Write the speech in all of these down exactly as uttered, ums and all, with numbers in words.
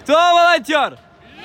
Кто волонтер?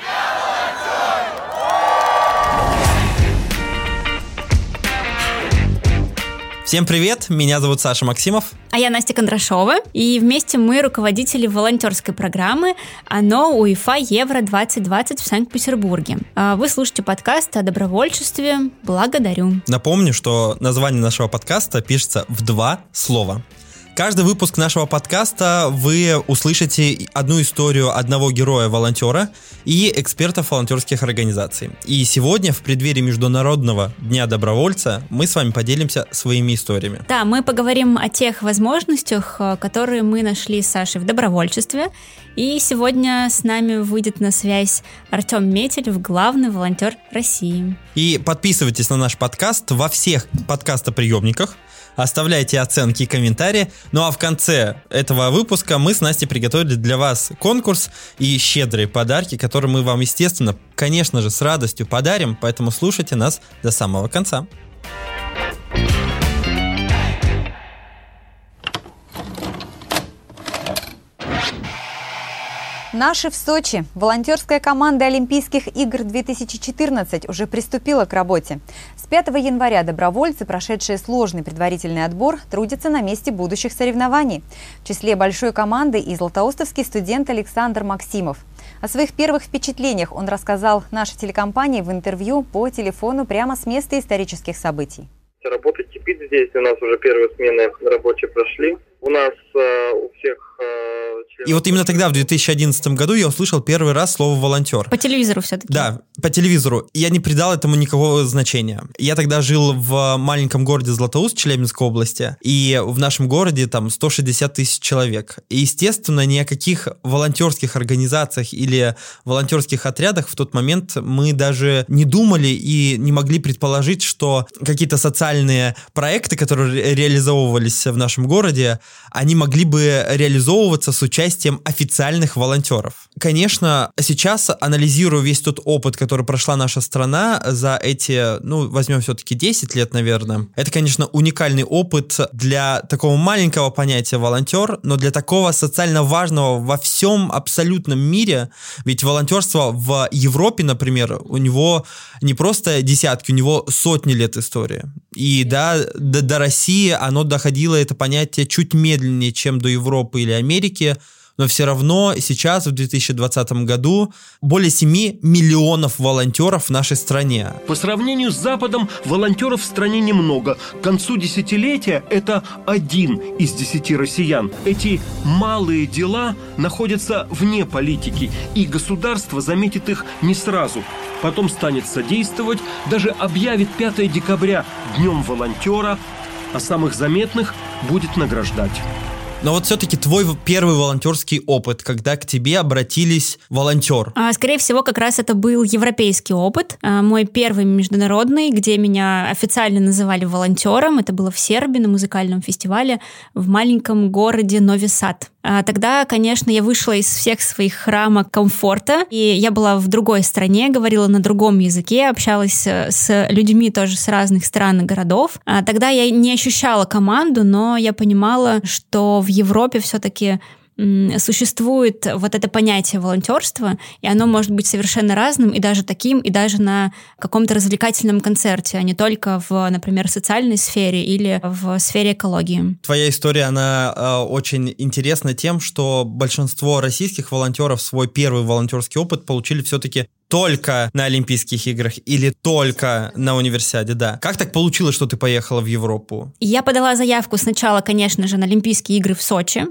Всем привет, меня зовут Саша Максимов. А я Настя Кондрашова, и вместе мы руководители волонтерской программы «ОНО УЕФА Евро двадцать двадцать» в Санкт-Петербурге. Вы слушаете подкаст о добровольчестве. Благодарю. Напомню, что название нашего подкаста пишется в два слова. Каждый выпуск нашего подкаста вы услышите одну историю одного героя-волонтера и экспертов волонтерских организаций. И сегодня, в преддверии Международного дня добровольца, мы с вами поделимся своими историями. Да, мы поговорим о тех возможностях, которые мы нашли с Сашей в добровольчестве. И сегодня с нами выйдет на связь Артем Метелев, главный волонтер России. И подписывайтесь на наш подкаст во всех подкастоприемниках. Оставляйте оценки и комментарии. Ну а в конце этого выпуска мы с Настей приготовили для вас конкурс и щедрые подарки, которые мы вам, естественно, конечно же, с радостью подарим. Поэтому слушайте нас до самого конца. Наши в Сочи. Волонтерская команда Олимпийских игр две тысячи четырнадцать уже приступила к работе. С пятого января добровольцы, прошедшие сложный предварительный отбор, трудятся на месте будущих соревнований. В числе большой команды и златоустовский студент Александр Максимов. О своих первых впечатлениях он рассказал нашей телекомпании в интервью по телефону прямо с места исторических событий. Работа кипит здесь, у нас уже первые смены рабочие прошли. У нас э, у всех... Э, членов... И вот именно тогда, в две тысячи одиннадцатом году, я услышал первый раз слово «волонтер». По телевизору все-таки. Да, по телевизору. Я не придал этому никакого значения. Я тогда жил в маленьком городе Златоуст Челябинской области, и в нашем городе там сто шестьдесят тысяч человек. И, естественно, ни о каких волонтерских организациях или волонтерских отрядах в тот момент мы даже не думали и не могли предположить, что какие-то социальные проекты, которые реализовывались в нашем городе, они могли бы реализовываться с участием официальных волонтеров. Конечно, сейчас, анализируя весь тот опыт, который прошла наша страна за эти, ну, возьмем все-таки десять лет, наверное, это, конечно, уникальный опыт для такого маленького понятия волонтер, но для такого социально важного во всем абсолютном мире, ведь волонтерство в Европе, например, у него не просто десятки, у него сотни лет истории. И да, до, до России оно доходило, это понятие, чуть медленнее, чем до Европы или Америки, но все равно сейчас, в две тысячи двадцатом году, более семи миллионов волонтеров в нашей стране. По сравнению с Западом, волонтеров в стране немного. К концу десятилетия это один из десяти россиян. Эти малые дела находятся вне политики, и государство заметит их не сразу. Потом станет содействовать, даже объявит пятого декабря днем волонтера, а самых заметных будет награждать. Но вот все-таки твой первый волонтерский опыт, когда к тебе обратились волонтер. А, скорее всего, как раз это был европейский опыт. А, мой первый международный, где меня официально называли волонтером. Это было в Сербии на музыкальном фестивале в маленьком городе Нови Сад. А, тогда, конечно, я вышла из всех своих рамок комфорта. И я была в другой стране, говорила на другом языке, общалась с людьми тоже с разных стран и городов. А, тогда я не ощущала команду, но я понимала, что в В Европе все-таки существует вот это понятие волонтерства, и оно может быть совершенно разным, и даже таким, и даже на каком-то развлекательном концерте, а не только в, например, социальной сфере или в сфере экологии. Твоя история, она э, очень интересна тем, что большинство российских волонтеров свой первый волонтерский опыт получили все-таки только на Олимпийских играх или только на универсиаде, да. Как так получилось, что ты поехала в Европу? Я подала заявку сначала, конечно же, на Олимпийские игры в Сочи.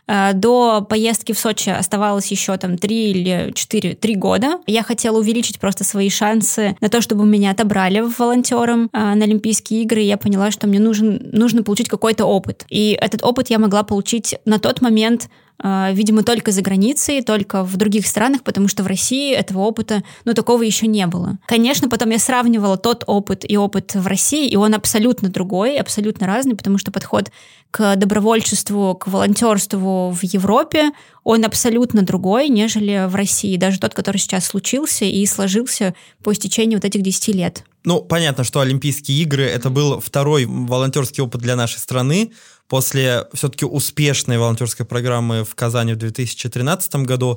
До поездки в Сочи оставалось еще там три или четыре, три года. Я хотела увеличить просто свои шансы на то, чтобы меня отобрали волонтером на Олимпийские игры. И я поняла, что мне нужен, нужно получить какой-то опыт. И этот опыт я могла получить на тот момент, видимо, только за границей, только в других странах, потому что в России этого опыта, ну, такого еще не было. Конечно, потом я сравнивала тот опыт и опыт в России, и он абсолютно другой, абсолютно разный, потому что подход к добровольчеству, к волонтерству в Европе, он абсолютно другой, нежели в России. Даже тот, который сейчас случился и сложился по истечении вот этих десяти лет. Ну, понятно, что Олимпийские игры — это был второй волонтерский опыт для нашей страны. После все-таки успешной волонтерской программы в Казани в две тысячи тринадцатом году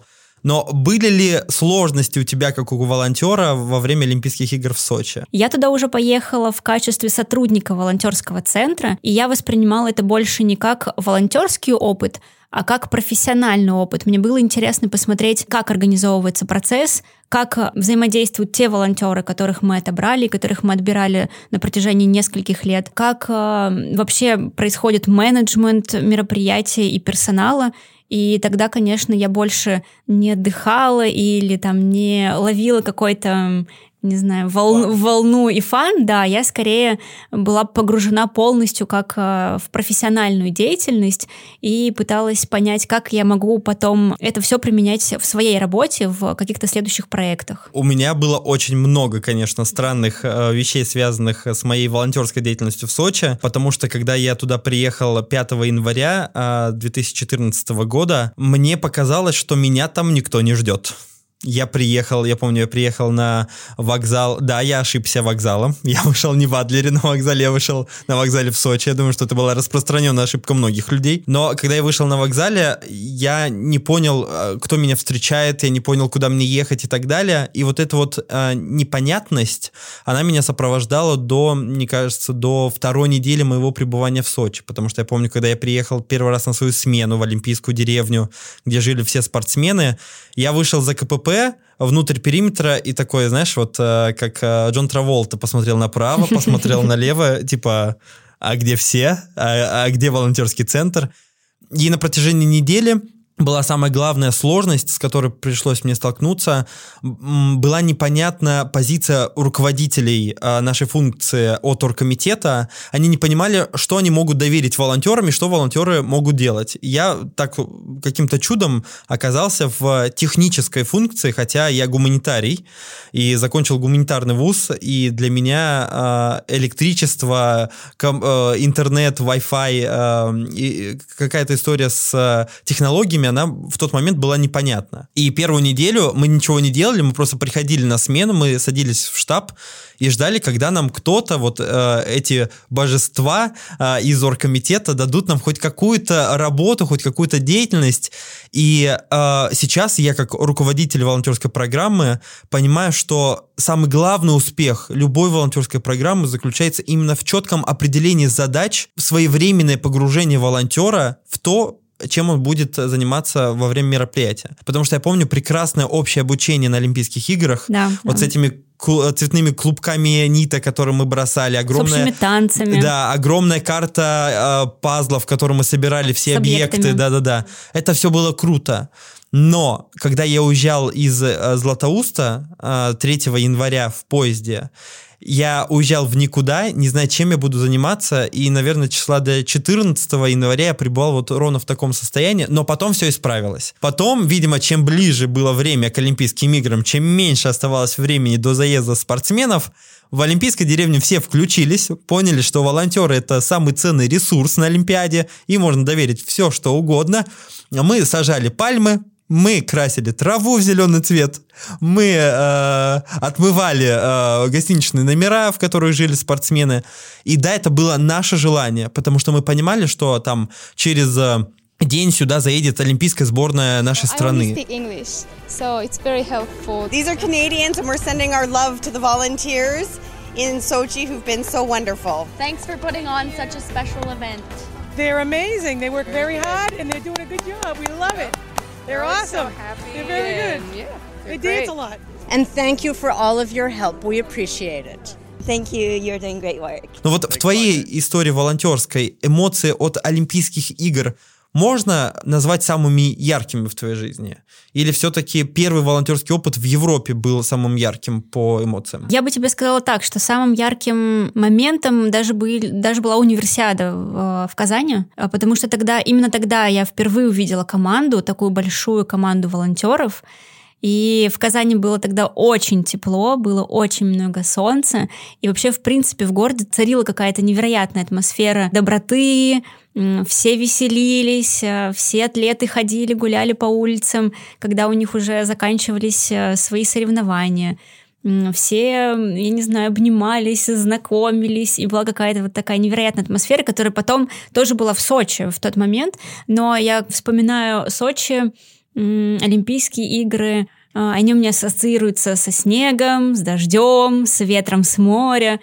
Но были ли сложности у тебя, как у волонтера, во время Олимпийских игр в Сочи? Я туда уже поехала в качестве сотрудника волонтерского центра, и я воспринимала это больше не как волонтерский опыт, а как профессиональный опыт. Мне было интересно посмотреть, как организовывается процесс, как взаимодействуют те волонтеры, которых мы отобрали, которых мы отбирали на протяжении нескольких лет, как э, вообще происходит менеджмент мероприятий и персонала. И тогда, конечно, я больше не отдыхала или там не ловила какой-то, не знаю, волну, волну и фан, да, я скорее была погружена полностью как э, в профессиональную деятельность и пыталась понять, как я могу потом это все применять в своей работе, в каких-то следующих проектах. У меня было очень много, конечно, странных э, вещей, связанных с моей волонтерской деятельностью в Сочи, потому что, когда я туда приехал пятого января э, две тысячи четырнадцатого года, мне показалось, что меня там никто не ждет. Я приехал, я помню, я приехал на вокзал. Да, я ошибся вокзалом. Я вышел не в Адлере на вокзале, я вышел на вокзале в Сочи. Я думаю, что это была распространенная ошибка многих людей. Но когда я вышел на вокзале, я не понял, кто меня встречает, я не понял, куда мне ехать и так далее. И вот эта вот э, непонятность, она меня сопровождала до, мне кажется, до второй недели моего пребывания в Сочи. Потому что я помню, когда я приехал первый раз на свою смену в Олимпийскую деревню, где жили все спортсмены, я вышел за ка пэ пэ внутрь периметра и такой, знаешь, вот как Джон Траволта посмотрел направо, посмотрел налево, типа, а где все? А, а где волонтерский центр? И на протяжении недели была самая главная сложность, с которой пришлось мне столкнуться, была непонятна позиция руководителей нашей функции от оргкомитета. Они не понимали, что они могут доверить волонтерам и что волонтеры могут делать. Я так каким-то чудом оказался в технической функции, хотя я гуманитарий и закончил гуманитарный вуз, и для меня электричество, интернет, Wi-Fi, какая-то история с технологиями, она в тот момент была непонятна. И первую неделю мы ничего не делали, мы просто приходили на смену, мы садились в штаб и ждали, когда нам кто-то, вот э, эти божества э, из оргкомитета дадут нам хоть какую-то работу, хоть какую-то деятельность. И э, сейчас я, как руководитель волонтерской программы, понимаю, что самый главный успех любой волонтерской программы заключается именно в четком определении задач, своевременное погружение волонтера в то, чем он будет заниматься во время мероприятия. Потому что я помню прекрасное общее обучение на Олимпийских играх, да, вот да. с этими цветными клубками ниток, которые мы бросали, огромная, с общими танцами. Да, огромная карта э, пазлов, в которой мы собирали все с объекты, объектами. да-да-да. Это все было круто. Но когда я уезжал из э, Златоуста э, третьего января в поезде, я уезжал в никуда, не зная, чем я буду заниматься, и, наверное, числа до четырнадцатого января я пребывал вот ровно в таком состоянии, но потом все исправилось. Потом, видимо, чем ближе было время к Олимпийским играм, чем меньше оставалось времени до заезда спортсменов, в Олимпийской деревне все включились, поняли, что волонтеры — это самый ценный ресурс на Олимпиаде, им можно доверить все, что угодно. Мы сажали пальмы, мы красили траву в зеленый цвет, мы э, отмывали э, гостиничные номера, в которых жили спортсмены. И да, это было наше желание, потому что мы понимали, что там через э, день сюда заедет олимпийская сборная нашей страны. I only speak English, so it's very helpful. These are Canadians, and we're sending our love to the volunteers in Sochi who've been so wonderful. Thanks for putting on such a special event. They're amazing. They work very hard, and they're doing a good job. We love it. They're awesome. So happy. They're very good. Yeah, they great. dance a lot. And thank you for all of your help. We appreciate it. Thank you. You're doing great work. Ну вот в твоей истории волонтерской эмоции от Олимпийских игр можно назвать самыми яркими в твоей жизни? Или все-таки первый волонтерский опыт в Европе был самым ярким по эмоциям? Я бы тебе сказала так, что самым ярким моментом даже, был, даже была универсиада в, в Казани, потому что тогда, именно тогда я впервые увидела команду, такую большую команду волонтеров. И в Казани было тогда очень тепло, было очень много солнца. И вообще, в принципе, в городе царила какая-то невероятная атмосфера доброты, все веселились, все атлеты ходили, гуляли по улицам, когда у них уже заканчивались свои соревнования. Все, я не знаю, обнимались, знакомились, и была какая-то вот такая невероятная атмосфера, которая потом тоже была в Сочи в тот момент. Но я вспоминаю Сочи м- Олимпийские игры, они у меня ассоциируются со снегом, с дождем, с ветром с моря.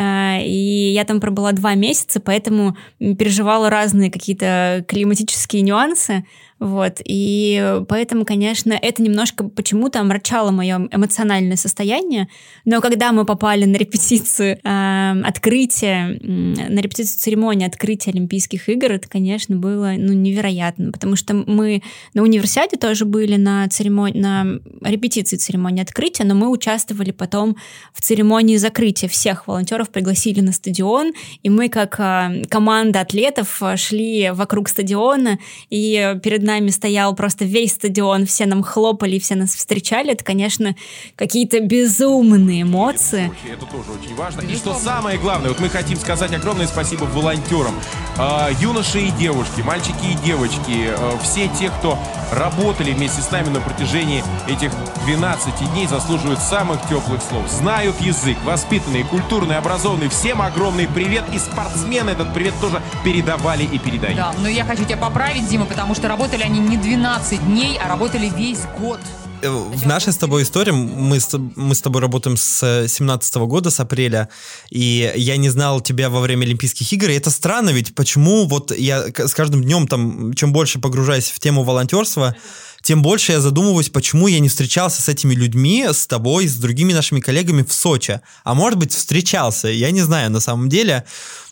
И я там пробыла два месяца, поэтому переживала разные какие-то климатические нюансы. Вот, и поэтому, конечно, это немножко почему-то омрачало мое эмоциональное состояние, но когда мы попали на репетицию э, открытия, на репетицию церемонии открытия Олимпийских игр, это, конечно, было ну, невероятно, потому что мы на универсиаде тоже были на, церемонии, на репетиции церемонии открытия, но мы участвовали потом в церемонии закрытия. Всех волонтеров пригласили на стадион, и мы, как э, команда атлетов, шли вокруг стадиона, и перед нами нами стоял просто весь стадион, все нам хлопали, все нас встречали. Это, конечно, какие-то безумные эмоции. Это тоже очень важно. И что самое главное, вот мы хотим сказать огромное спасибо волонтерам. Э, юноши и девушки, мальчики и девочки, э, все те, кто работали вместе с нами на протяжении этих двенадцати дней, заслуживают самых теплых слов. Знают язык, воспитанные, культурные, образованные. Всем огромный привет. И спортсмены этот привет тоже передавали и передают. Да, но я хочу тебя поправить, Дима, потому что работали они не двенадцать дней, а работали весь год. В нашей с тобой истории, мы с, мы с тобой работаем с семнадцатого года, с апреля, и я не знал тебя во время Олимпийских игр, и это странно, ведь почему вот я с каждым днем, там, чем больше погружаюсь в тему волонтерства, тем больше я задумываюсь, почему я не встречался с этими людьми, с тобой, с другими нашими коллегами в Сочи. А может быть, встречался, я не знаю на самом деле.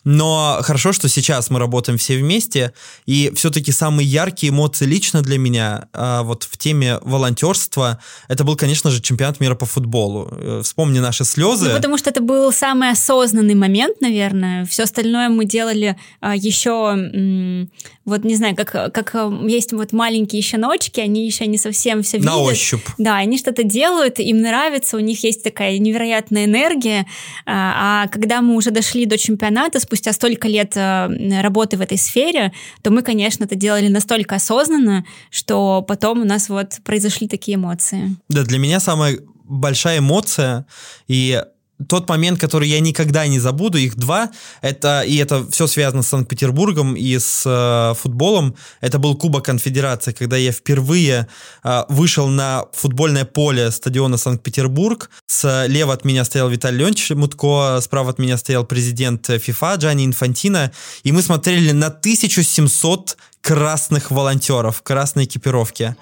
Но хорошо, что сейчас мы работаем все вместе, и все-таки самые яркие эмоции лично для меня а, вот в теме волонтерства, это был, конечно же, чемпионат мира по футболу. Вспомни наши слезы. Ну, потому что это был самый осознанный момент, наверное. Все остальное мы делали а, еще, м- вот не знаю, как, как есть вот маленькие щеночки, они еще не совсем все видят. На ощупь. Да, они что-то делают, им нравится, у них есть такая невероятная энергия, а, а когда мы уже дошли до чемпионата, спустя столько лет э, работы в этой сфере, то мы, конечно, это делали настолько осознанно, что потом у нас вот произошли такие эмоции. Да, для меня самая большая эмоция и тот момент, который я никогда не забуду, их два, это, и это все связано с Санкт-Петербургом и с э, футболом, это был Кубок Конфедерации, когда я впервые э, вышел на футбольное поле стадиона Санкт-Петербург, слева от меня стоял Виталий Леонтьевич Мутко, справа от меня стоял президент ФИФА Джанни Инфантино, и мы смотрели на тысячу семьсот красных волонтеров в красной экипировке.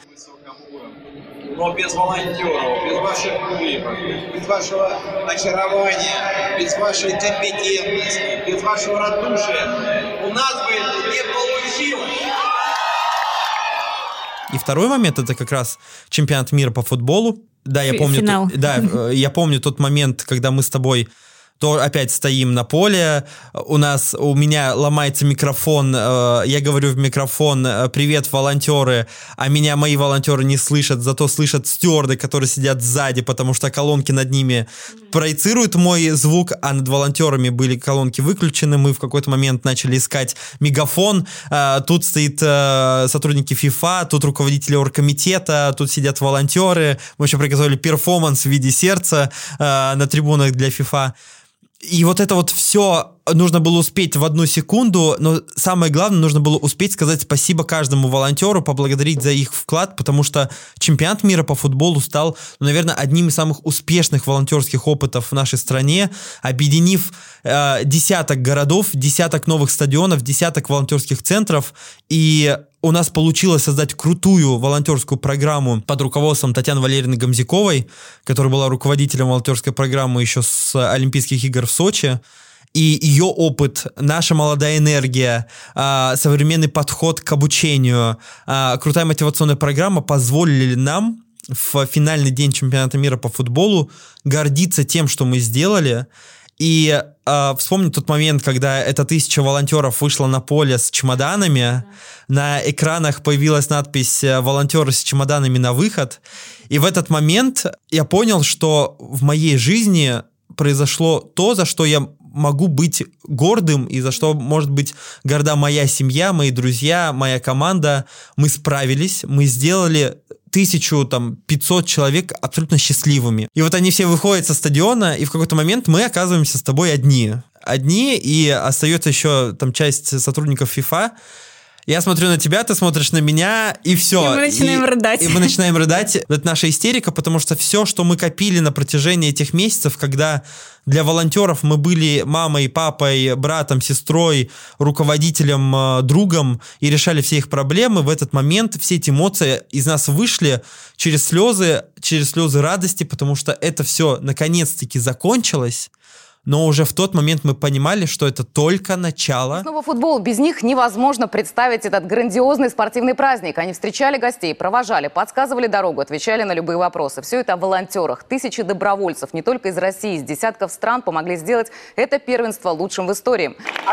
Но без волонтеров, без ваших улыбок, без вашего очарования, без вашей компетентности, без вашего радушия у нас бы это не получилось. И второй момент — это как раз чемпионат мира по футболу. Да, я помню, Финал. Тот, да, я помню тот момент, когда мы с тобой то опять стоим на поле, у нас, у меня ломается микрофон, э, я говорю в микрофон «Привет, волонтеры», а меня мои волонтеры не слышат, зато слышат стюарды, которые сидят сзади, потому что колонки над ними проецируют мой звук, а над волонтерами были колонки выключены, мы в какой-то момент начали искать мегафон, э, тут стоит э, сотрудники ФИФА, тут руководители оргкомитета, тут сидят волонтеры, мы еще приготовили перформанс в виде сердца э, на трибунах для ФИФА. И вот это вот все нужно было успеть в одну секунду, но самое главное, нужно было успеть сказать спасибо каждому волонтеру, поблагодарить за их вклад, потому что чемпионат мира по футболу стал, ну, наверное, одним из самых успешных волонтерских опытов в нашей стране, объединив э, десяток городов, десяток новых стадионов, десяток волонтерских центров, и у нас получилось создать крутую волонтерскую программу под руководством Татьяны Валерьевны Гамзяковой, которая была руководителем волонтерской программы еще с Олимпийских игр в Сочи. И ее опыт, наша молодая энергия, современный подход к обучению, крутая мотивационная программа позволили нам в финальный день чемпионата мира по футболу гордиться тем, что мы сделали. И э, вспомни тот момент, когда эта тысяча волонтеров вышла на поле с чемоданами, да. На экранах появилась надпись «Волонтеры с чемоданами на выход». И в этот момент я понял, что в моей жизни произошло то, за что я могу быть гордым и за что может быть горда моя семья, мои друзья, моя команда. Мы справились, мы сделали тысячу, там, пятьсот человек абсолютно счастливыми. И вот они все выходят со стадиона, и в какой-то момент мы оказываемся с тобой одни. Одни, и остается еще там часть сотрудников ФИФА. Я смотрю на тебя, ты смотришь на меня, и все. И мы начинаем и, рыдать. И мы начинаем рыдать. Это наша истерика, потому что все, что мы копили на протяжении этих месяцев, когда для волонтеров мы были мамой, папой, братом, сестрой, руководителем, другом и решали все их проблемы, в этот момент все эти эмоции из нас вышли через слезы, через слезы радости, потому что это все наконец-таки закончилось. Но уже в тот момент мы понимали, что это только начало. Снова футбол. Без них невозможно представить этот грандиозный спортивный праздник. Они встречали гостей, провожали, подсказывали дорогу, отвечали на любые вопросы. Все это о волонтерах. Тысячи добровольцев, не только из России, из десятков стран помогли сделать это первенство лучшим в истории.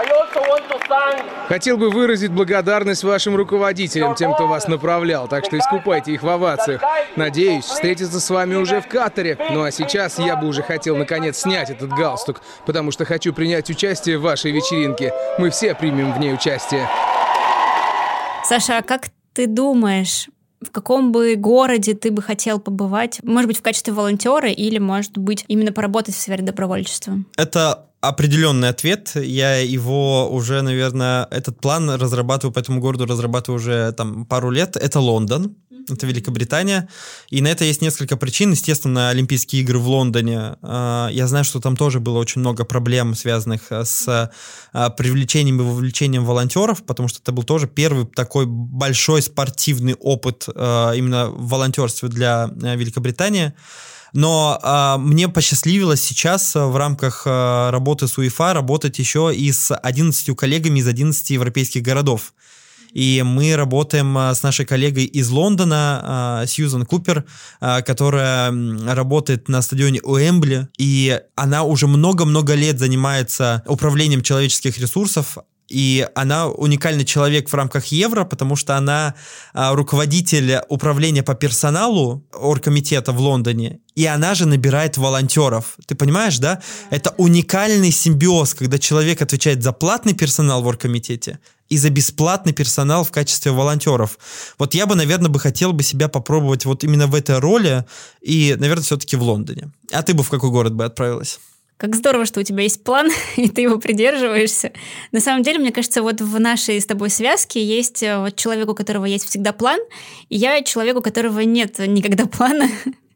Хотел бы выразить благодарность вашим руководителям, тем, кто вас направлял. Так что искупайте их в овациях. Надеюсь, встретиться с вами уже в Катаре. Ну а сейчас я бы уже хотел наконец снять этот галстук, потому что хочу принять участие в вашей вечеринке. Мы все примем в ней участие. Саша, а как ты думаешь, в каком бы городе ты бы хотел побывать? Может быть, в качестве волонтера или, может быть, именно поработать в сфере добровольчества? Это определенный ответ. Я его уже, наверное, этот план разрабатываю по этому городу, разрабатываю уже там пару лет. Это Лондон. Это Великобритания. И на это есть несколько причин. Естественно, Олимпийские игры в Лондоне. Я знаю, что там тоже было очень много проблем, связанных с привлечением и вовлечением волонтеров, потому что это был тоже первый такой большой спортивный опыт именно в волонтерстве для Великобритании. Но э, мне посчастливилось сейчас в рамках э, работы с УЕФА работать еще и с одиннадцатью коллегами из одиннадцати европейских городов. И мы работаем с нашей коллегой из Лондона, Сьюзан Купер, которая работает на стадионе Уэмбли, и она уже много-много лет занимается управлением человеческих ресурсов. И она уникальный человек в рамках Евро, потому что она а, руководитель управления по персоналу оргкомитета в Лондоне, и она же набирает волонтеров. Ты понимаешь, да? Это уникальный симбиоз, когда человек отвечает за платный персонал в оргкомитете и за бесплатный персонал в качестве волонтеров. Вот я бы, наверное, бы хотел бы себя попробовать вот именно в этой роли и, наверное, все-таки в Лондоне. А ты бы в какой город бы отправилась? Как здорово, что у тебя есть план, и ты его придерживаешься. На самом деле, мне кажется, вот в нашей с тобой связке есть вот человек, у которого есть всегда план, и я человек, у которого нет никогда плана,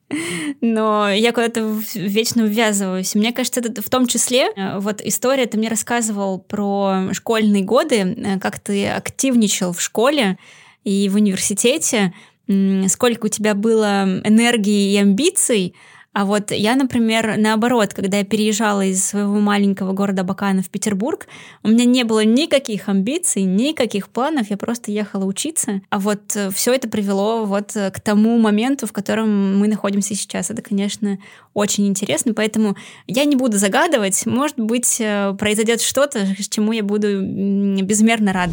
но я куда-то вечно ввязываюсь. Мне кажется, это в том числе, вот история, ты мне рассказывал про школьные годы, как ты активничал в школе и в университете, сколько у тебя было энергии и амбиций. А вот я, например, наоборот, когда я переезжала из своего маленького города Абакана в Петербург, у меня не было никаких амбиций, никаких планов, я просто ехала учиться. А вот все это привело вот к тому моменту, в котором мы находимся сейчас. Это, конечно, очень интересно, поэтому я не буду загадывать. Может быть, произойдет что-то, чему я буду безмерно рада.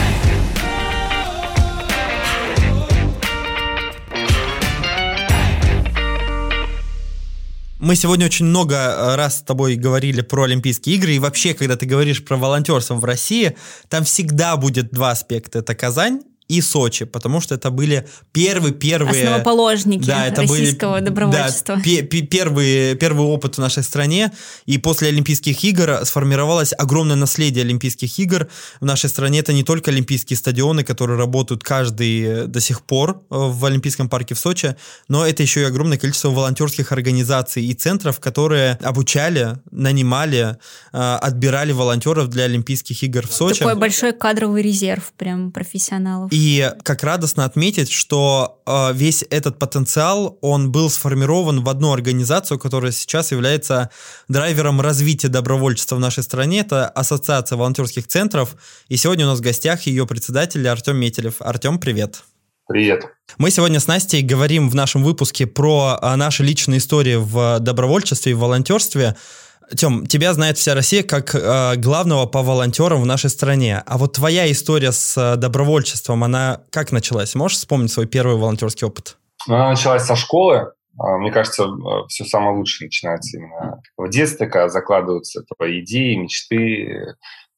Мы сегодня очень много раз с тобой говорили про Олимпийские игры, и вообще, когда ты говоришь про волонтерство в России, там всегда будет два аспекта. Это Казань и Сочи, потому что это были первые-первые... Основоположники да, это российского были, добровольчества. Да, п- п- первый, первый опыт в нашей стране, и после Олимпийских игр сформировалось огромное наследие Олимпийских игр. В нашей стране это не только олимпийские стадионы, которые работают каждый до сих пор в Олимпийском парке в Сочи, но это еще и огромное количество волонтерских организаций и центров, которые обучали, нанимали, отбирали волонтеров для Олимпийских игр в Сочи. Такой большой кадровый резерв прям профессионалов. И как радостно отметить, что э, весь этот потенциал, он был сформирован в одну организацию, которая сейчас является драйвером развития добровольчества в нашей стране. Это Ассоциация волонтерских центров. И сегодня у нас в гостях ее председатель Артем Метелев. Артем, привет. Привет. Мы сегодня с Настей говорим в нашем выпуске про э, наши личные истории в добровольчестве и в волонтерстве. Тем, тебя знает вся Россия как э, главного по волонтерам в нашей стране. А вот твоя история с э, добровольчеством, она как началась? Можешь вспомнить свой первый волонтерский опыт? Она началась со школы. Мне кажется, все самое лучшее начинается именно в детстве, когда закладываются твои идеи, мечты,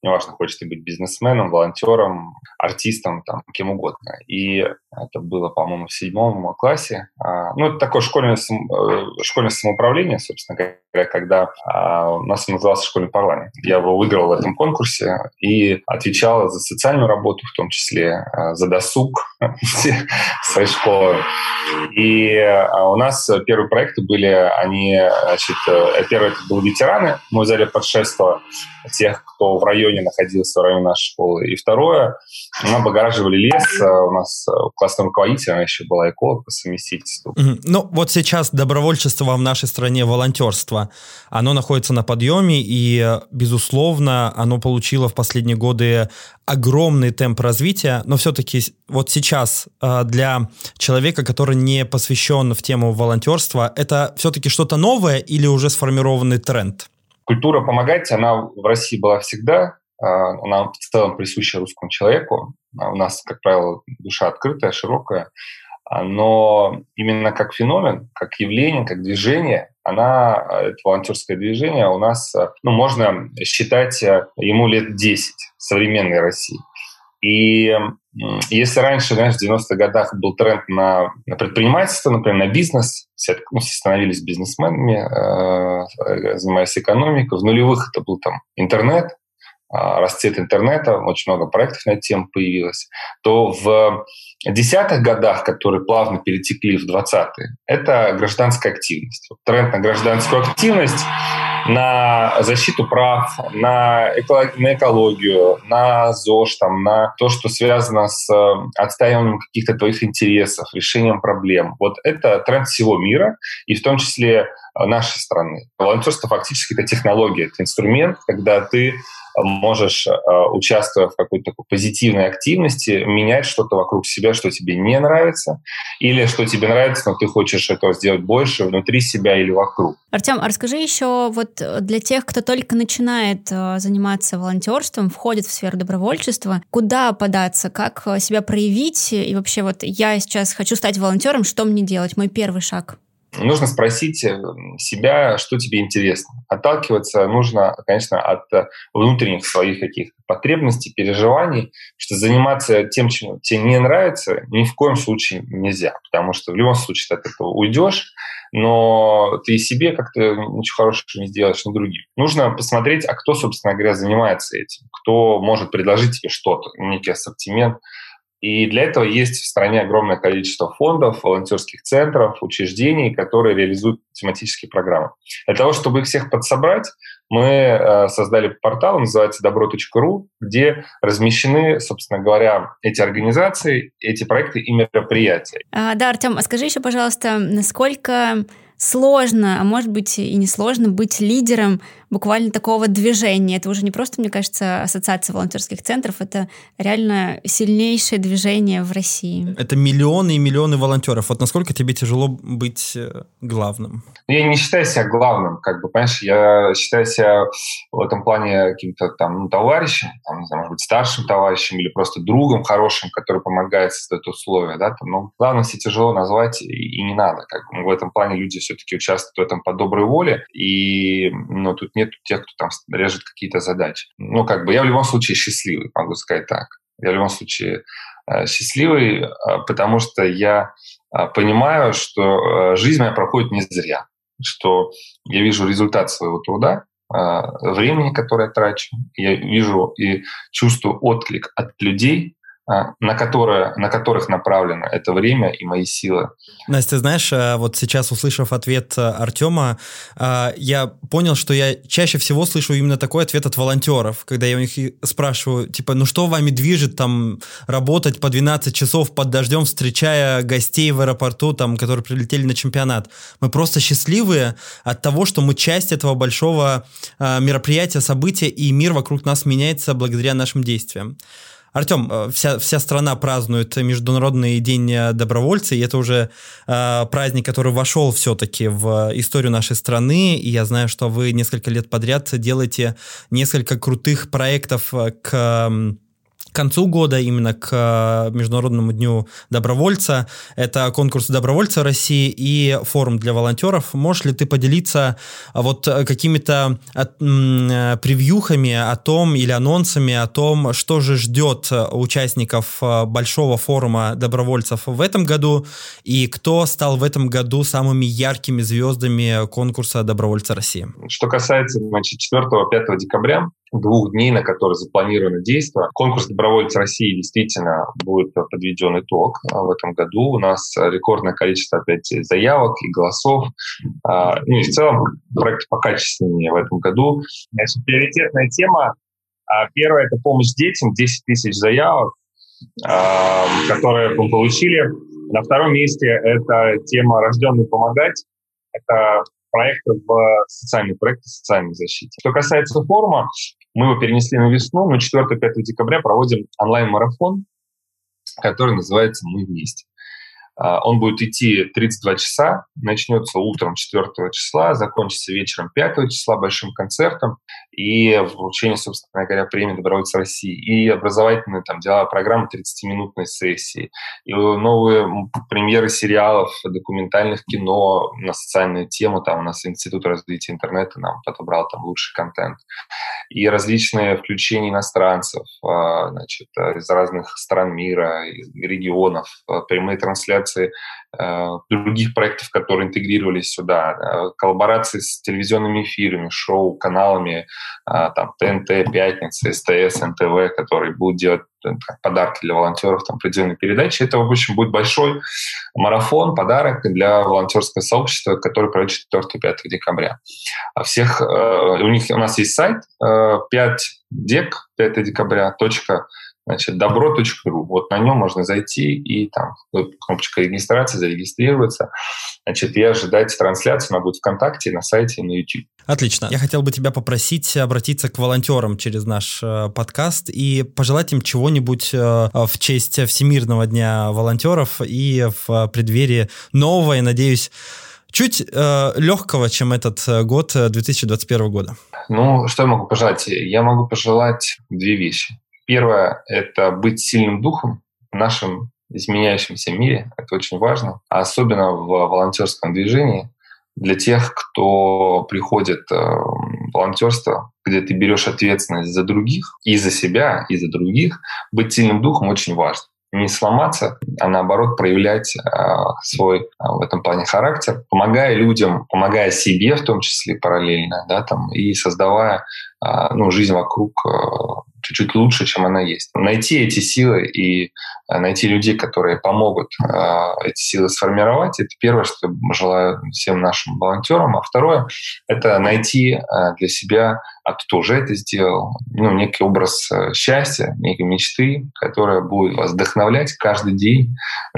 неважно, хочешь ты быть бизнесменом, волонтером, артистом, там, кем угодно. И это было, по-моему, в седьмом классе. Ну, это такое школьное, школьное самоуправление, собственно говоря, когда у нас назывался школьный парламент. Я его выиграл в этом конкурсе и отвечал за социальную работу, в том числе за досуг своей школы. И у нас первые проекты были, они, значит, первый это были ветераны, мы взяли под шефство тех, кто в районе находился, в районе нашей школы. И второе, мы облагораживали лес, у нас классный руководитель, она еще была эколог по совместительству. Mm-hmm. Ну, вот сейчас добровольчество в нашей стране, волонтерство, оно находится на подъеме, и, безусловно, оно получило в последние годы огромный темп развития, но все-таки вот сейчас для человека, который не посвящен в тему волонтерства, это все-таки что-то новое или уже сформированный тренд? Культура помогать, она в России была всегда, она в целом присуща русскому человеку. У нас, как правило, душа открытая, широкая, но именно как феномен, как явление, как движение, она, это волонтерское движение у нас, ну, можно считать ему лет десять в современной России. И если раньше, знаешь, в девяностых годах был тренд на, на предпринимательство, например, на бизнес, все, ну, все становились бизнесменами, э, занимаясь экономикой. В нулевых это был там интернет, э, расцвет интернета, очень много проектов на эту тему появилось, то в десятых годах, которые плавно перетекли в двадцатые, это гражданская активность. Тренд на гражданскую активность, на защиту прав, на, эко, на экологию, на ЗОЖ, там, на то, что связано с отстаиванием каких-то твоих интересов, решением проблем. Вот это тренд всего мира, и в том числе нашей страны. Волонтерство фактически это технология, это инструмент, когда ты можешь, участвуя в какой-то такой позитивной активности, менять что-то вокруг себя, что тебе не нравится, или что тебе нравится, но ты хочешь этого сделать больше внутри себя или вокруг. Артем, а расскажи еще вот для тех, кто только начинает заниматься волонтерством, входит в сферу добровольчества, куда податься, как себя проявить, и вообще вот я сейчас хочу стать волонтером, что мне делать, мой первый шаг? Нужно спросить себя, что тебе интересно. Отталкиваться нужно, конечно, от внутренних своих каких-то потребностей, переживаний, что заниматься тем, чем тебе не нравится, ни в коем случае нельзя, потому что в любом случае ты от этого уйдешь, но ты и себе как-то ничего хорошего не сделаешь, ни другим. Нужно посмотреть, а кто, собственно говоря, занимается этим, кто может предложить тебе что-то, некий ассортимент. И для этого есть в стране огромное количество фондов, волонтерских центров, учреждений, которые реализуют тематические программы. Для того, чтобы их всех подсобрать, мы создали портал, называется добро точка ру, где размещены, собственно говоря, эти организации, эти проекты и мероприятия. А, да, Артем, а скажи еще, пожалуйста, насколько сложно, а может быть и не сложно быть лидером буквально такого движения. Это уже не просто, мне кажется, ассоциация волонтерских центров, это реально сильнейшее движение в России. Это миллионы и миллионы волонтеров. Вот насколько тебе тяжело быть главным? Я не считаю себя главным, как бы, понимаешь, я считаю себя в этом плане каким-то там, ну, товарищем, там, не знаю, может быть, старшим товарищем или просто другом хорошим, который помогает создать условия, да, там, ну, главное, себе тяжело назвать и, и не надо, как бы, в этом плане люди все-таки участвуют в этом по доброй воле, и, ну, тут нет тех, кто там режет какие-то задачи. Ну, как бы, я в любом случае счастливый, могу сказать так. Я в любом случае э, счастливый, э, потому что я э, понимаю, что э, жизнь моя проходит не зря, что я вижу результат своего труда, э, времени, которое я трачу, я вижу и чувствую отклик от людей, на, которые, на которых направлено это время и мои силы. Настя, знаешь, вот сейчас, услышав ответ Артема, я понял, что я чаще всего слышу именно такой ответ от волонтеров, когда я у них спрашиваю, типа, ну что вами движет там работать по двенадцать часов под дождем, встречая гостей в аэропорту, там, которые прилетели на чемпионат. Мы просто счастливые от того, что мы часть этого большого мероприятия, события, и мир вокруг нас меняется благодаря нашим действиям. Артем, вся, вся страна празднует Международный день добровольца, и это уже э, праздник, который вошел все-таки в историю нашей страны, и я знаю, что вы несколько лет подряд делаете несколько крутых проектов к к концу года, именно к Международному дню добровольца. Это конкурс добровольца России и форум для волонтеров. Можешь ли ты поделиться вот какими-то превьюхами о том или анонсами о том, что же ждет участников большого форума добровольцев в этом году и кто стал в этом году самыми яркими звездами конкурса добровольца России? Что касается, значит, четвёртого-пятого декабря, двух дней, на которые запланировано действие. Конкурс «Добровольцы России» действительно будет подведен итог в этом году. У нас рекордное количество опять заявок и голосов. Ну и в целом проект покачественнее в этом году. Значит, приоритетная тема. Первая – это помощь детям. десять тысяч заявок, которые мы получили. На втором месте это тема «Рожденный помогать». Это проекты в социальные проекты социальной защиты. Что касается форума, мы его перенесли на весну, но четвёртого-пятого декабря проводим онлайн-марафон, который называется «Мы вместе». Он будет идти тридцать два часа, начнется утром четвёртого числа, закончится вечером пятого числа большим концертом и вручение, собственно говоря, премии «Добровольцы России», и образовательные там дела программы тридцатиминутной сессии, и новые премьеры сериалов, документальных кино на социальную тему. Там у нас Институт развития интернета нам подобрал там лучший контент, и различные включения иностранцев, значит, из разных стран мира, регионов, прямые трансляции других проектов, которые интегрировались сюда, коллаборации с телевизионными эфирами, шоу, каналами, там, ТНТ, Пятница, СТС, эн тэ вэ, которые будут делать подарки для волонтеров, там, определенные передачи. Это, в общем, будет большой марафон, подарок для волонтерского сообщества, который пройдет четвёртого-пятого декабря. Всех, у них, у нас есть сайт пять дек, пятого декабря, точка, значит, добро точка ру. Вот на нем можно зайти и там кнопочка регистрации, зарегистрироваться. Значит, и ожидать трансляцию. Она будет ВКонтакте, на сайте, на YouTube. Отлично. Я хотел бы тебя попросить обратиться к волонтерам через наш э, подкаст и пожелать им чего-нибудь э, в честь Всемирного дня волонтеров и в преддверии нового, я надеюсь, чуть э, легкого, чем этот год две тысячи двадцать первого года. Ну, что я могу пожелать? Я могу пожелать две вещи. Первое – это быть сильным духом в нашем изменяющемся мире. Это очень важно. А особенно в волонтерском движении. Для тех, кто приходит в волонтерство, где ты берешь ответственность за других, и за себя, и за других, быть сильным духом очень важно. Не сломаться, а наоборот проявлять э, свой э, в этом плане характер, помогая людям, помогая себе в том числе параллельно, да, там, и создавая э, ну, жизнь вокруг э, чуть-чуть лучше, чем она есть. Найти эти силы и э, найти людей, которые помогут э, эти силы сформировать, это первое, что я желаю всем нашим волонтерам. А второе — это найти э, для себя, а кто уже это сделал, ну, некий образ э, счастья, некой мечты, которая будет вас вдохновлять каждый день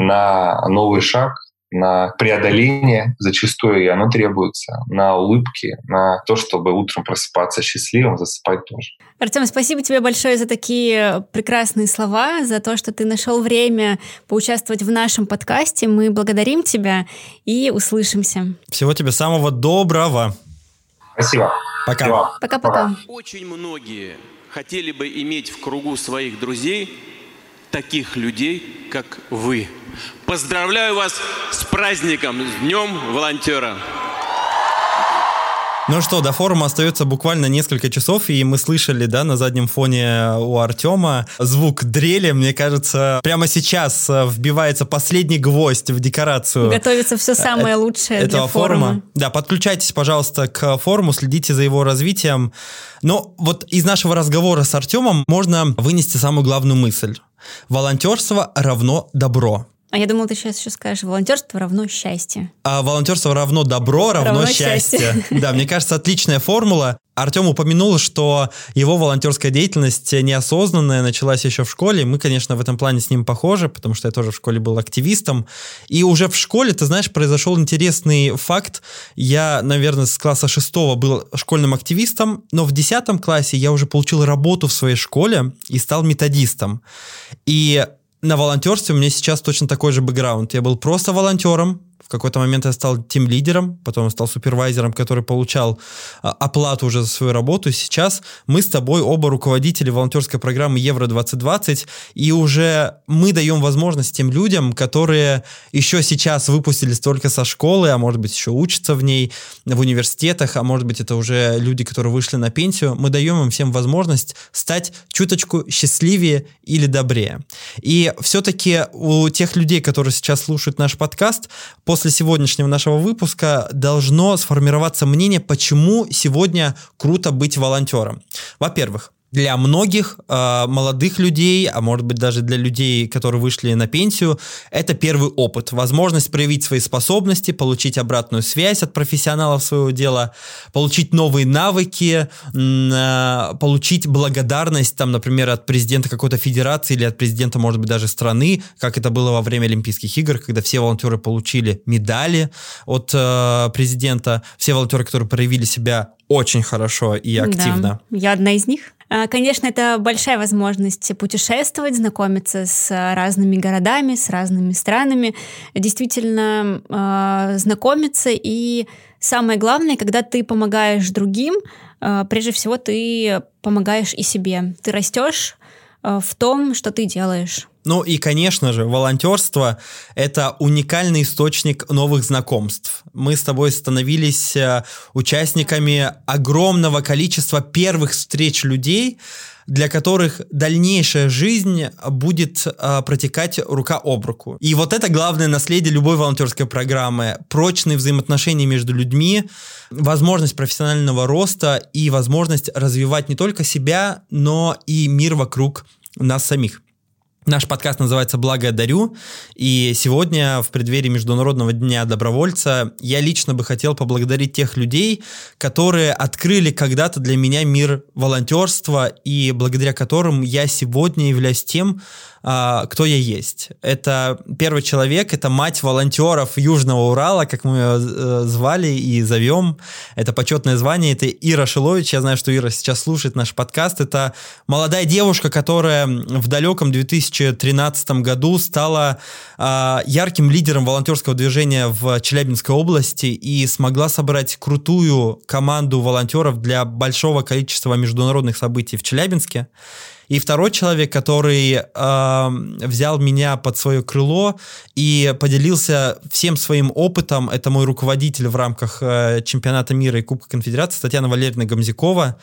на новый шаг, на преодоление, зачастую и оно требуется, на улыбки, на то, чтобы утром просыпаться счастливым, засыпать тоже. Артем, спасибо тебе большое за такие прекрасные слова, за то, что ты нашел время поучаствовать в нашем подкасте. Мы благодарим тебя и услышимся. Всего тебе самого доброго. Спасибо. Пока. Пока-пока. Очень многие хотели бы иметь в кругу своих друзей таких людей, как вы. Поздравляю вас с праздником, с Днем волонтера. Ну что, до форума остается буквально несколько часов, и мы слышали, да, на заднем фоне у Артема звук дрели. Мне кажется, прямо сейчас вбивается последний гвоздь в декорацию. Готовится все самое лучшее этого для форума. форума. Да, подключайтесь, пожалуйста, к форуму, следите за его развитием. Но вот из нашего разговора с Артемом можно вынести самую главную мысль. Волонтерство равно добро. А я думала, ты сейчас еще скажешь, волонтерство равно счастье. А волонтерство равно добро, равно, равно счастье. счастье. Да, мне кажется, отличная формула. Артем упомянул, что его волонтерская деятельность неосознанная началась еще в школе. Мы, конечно, в этом плане с ним похожи, потому что я тоже в школе был активистом. И уже в школе, ты знаешь, произошел интересный факт. Я, наверное, с класса шестого был школьным активистом, но в десятом классе я уже получил работу в своей школе и стал методистом. И на волонтерстве у меня сейчас точно такой же бэкграунд. Я был просто волонтером В какой-то момент я стал тимлидером, потом стал супервайзером, который получал а, оплату уже за свою работу. Сейчас мы с тобой оба руководители волонтерской программы Евро двадцать двадцать, и уже мы даем возможность тем людям, которые еще сейчас выпустились только со школы, а может быть еще учатся в ней, в университетах, а может быть это уже люди, которые вышли на пенсию, мы даем им всем возможность стать чуточку счастливее или добрее. И все-таки у тех людей, которые сейчас слушают наш подкаст, после сегодняшнего нашего выпуска должно сформироваться мнение, почему сегодня круто быть волонтером. Во-первых, для многих э, молодых людей, а может быть даже для людей, которые вышли на пенсию, это первый опыт, возможность проявить свои способности, получить обратную связь от профессионалов своего дела, получить новые навыки, э, получить благодарность, там, например, от президента какой-то федерации или от президента, может быть, даже страны, как это было во время Олимпийских игр, когда все волонтеры получили медали от э, президента, все волонтеры, которые проявили себя очень хорошо и активно. Да, я одна из них. Конечно, это большая возможность путешествовать, знакомиться с разными городами, с разными странами, действительно э, знакомиться. И самое главное, когда ты помогаешь другим, э, прежде всего ты помогаешь и себе. Ты растешь э, в том, что ты делаешь. Ну и, конечно же, волонтерство – это уникальный источник новых знакомств. Мы с тобой становились участниками огромного количества первых встреч людей, для которых дальнейшая жизнь будет а, протекать рука об руку. И вот это главное наследие любой волонтерской программы. Прочные взаимоотношения между людьми, возможность профессионального роста и возможность развивать не только себя, но и мир вокруг нас самих. Наш подкаст называется «Благо дарю», и сегодня в преддверии Международного дня добровольца я лично бы хотел поблагодарить тех людей, которые открыли когда-то для меня мир волонтерства и благодаря которым я сегодня являюсь тем, кто я есть. Это первый человек, это мать волонтеров Южного Урала, как мы ее звали и зовем. Это почетное звание, это Ира Шилович. Я знаю, что Ира сейчас слушает наш подкаст. Это молодая девушка, которая в далеком две тысячи тринадцатом году стала э, ярким лидером волонтерского движения в Челябинской области и смогла собрать крутую команду волонтеров для большого количества международных событий в Челябинске. И второй человек, который э, взял меня под свое крыло и поделился всем своим опытом, это мой руководитель в рамках э, чемпионата мира и Кубка Конфедерации, Татьяна Валерьевна Гамзякова.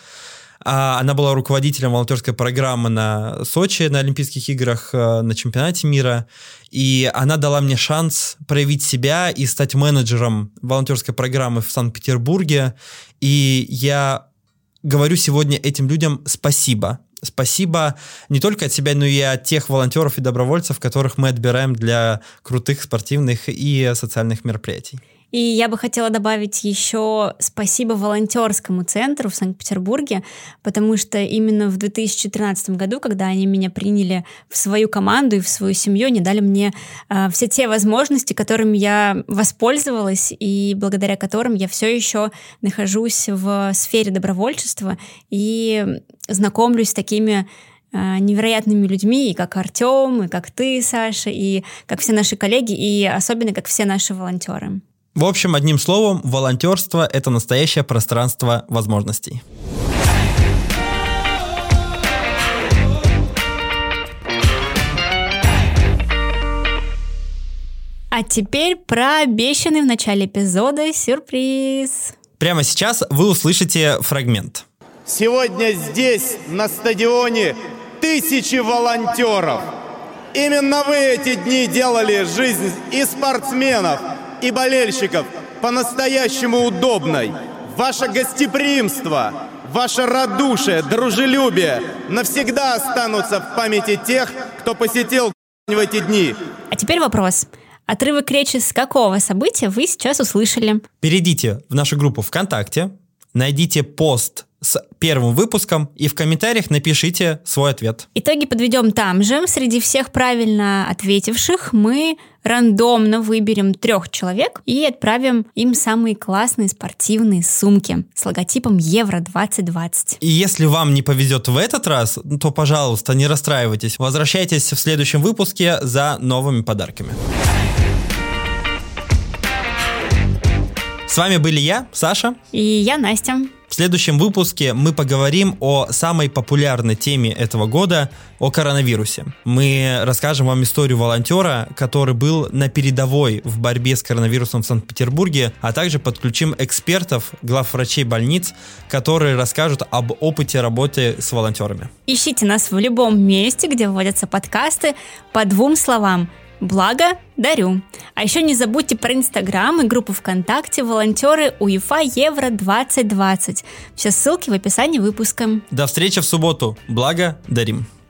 Она была руководителем волонтерской программы на Сочи, на Олимпийских играх, на чемпионате мира. И она дала мне шанс проявить себя и стать менеджером волонтерской программы в Санкт-Петербурге. И я говорю сегодня этим людям спасибо. Спасибо не только от себя, но и от тех волонтеров и добровольцев, которых мы отбираем для крутых спортивных и социальных мероприятий. И я бы хотела добавить еще спасибо волонтерскому центру в Санкт-Петербурге, потому что именно в две тысячи тринадцатом году, когда они меня приняли в свою команду и в свою семью, они дали мне э, все те возможности, которыми я воспользовалась и благодаря которым я все еще нахожусь в сфере добровольчества и знакомлюсь с такими невероятными людьми, и как Артем, и как ты, Саша, и как все наши коллеги, и особенно как все наши волонтеры. В общем, одним словом, волонтерство – это настоящее пространство возможностей. А теперь про обещанный в начале эпизода сюрприз. Прямо сейчас вы услышите фрагмент. Сегодня здесь, на стадионе, тысячи волонтеров. Именно вы эти дни делали жизнь и спортсменов, и болельщиков по-настоящему удобной. Ваше гостеприимство, ваше радушие, дружелюбие навсегда останутся в памяти тех, кто посетил в эти дни. А теперь вопрос. Отрывок речи с какого события вы сейчас услышали? Перейдите в нашу группу ВКонтакте, найдите пост с первым выпуском и в комментариях напишите свой ответ. Итоги подведем там же. Среди всех правильно ответивших мы рандомно выберем трех человек и отправим им самые классные спортивные сумки с логотипом Евро двадцать двадцать. И если вам не повезет в этот раз, то, пожалуйста, не расстраивайтесь. Возвращайтесь в следующем выпуске за новыми подарками. С вами были я, Саша. И я, Настя. В следующем выпуске мы поговорим о самой популярной теме этого года, о коронавирусе. Мы расскажем вам историю волонтера, который был на передовой в борьбе с коронавирусом в Санкт-Петербурге, а также подключим экспертов, главврачей больниц, которые расскажут об опыте работы с волонтерами. Ищите нас в любом месте, где вводятся подкасты, по двум словам: «Благо дарю». А еще не забудьте про Инстаграм и группу ВКонтакте «Волонтеры УЕФА Евро двадцать двадцать». Все ссылки в описании выпуска. До встречи в субботу. Благо дарим.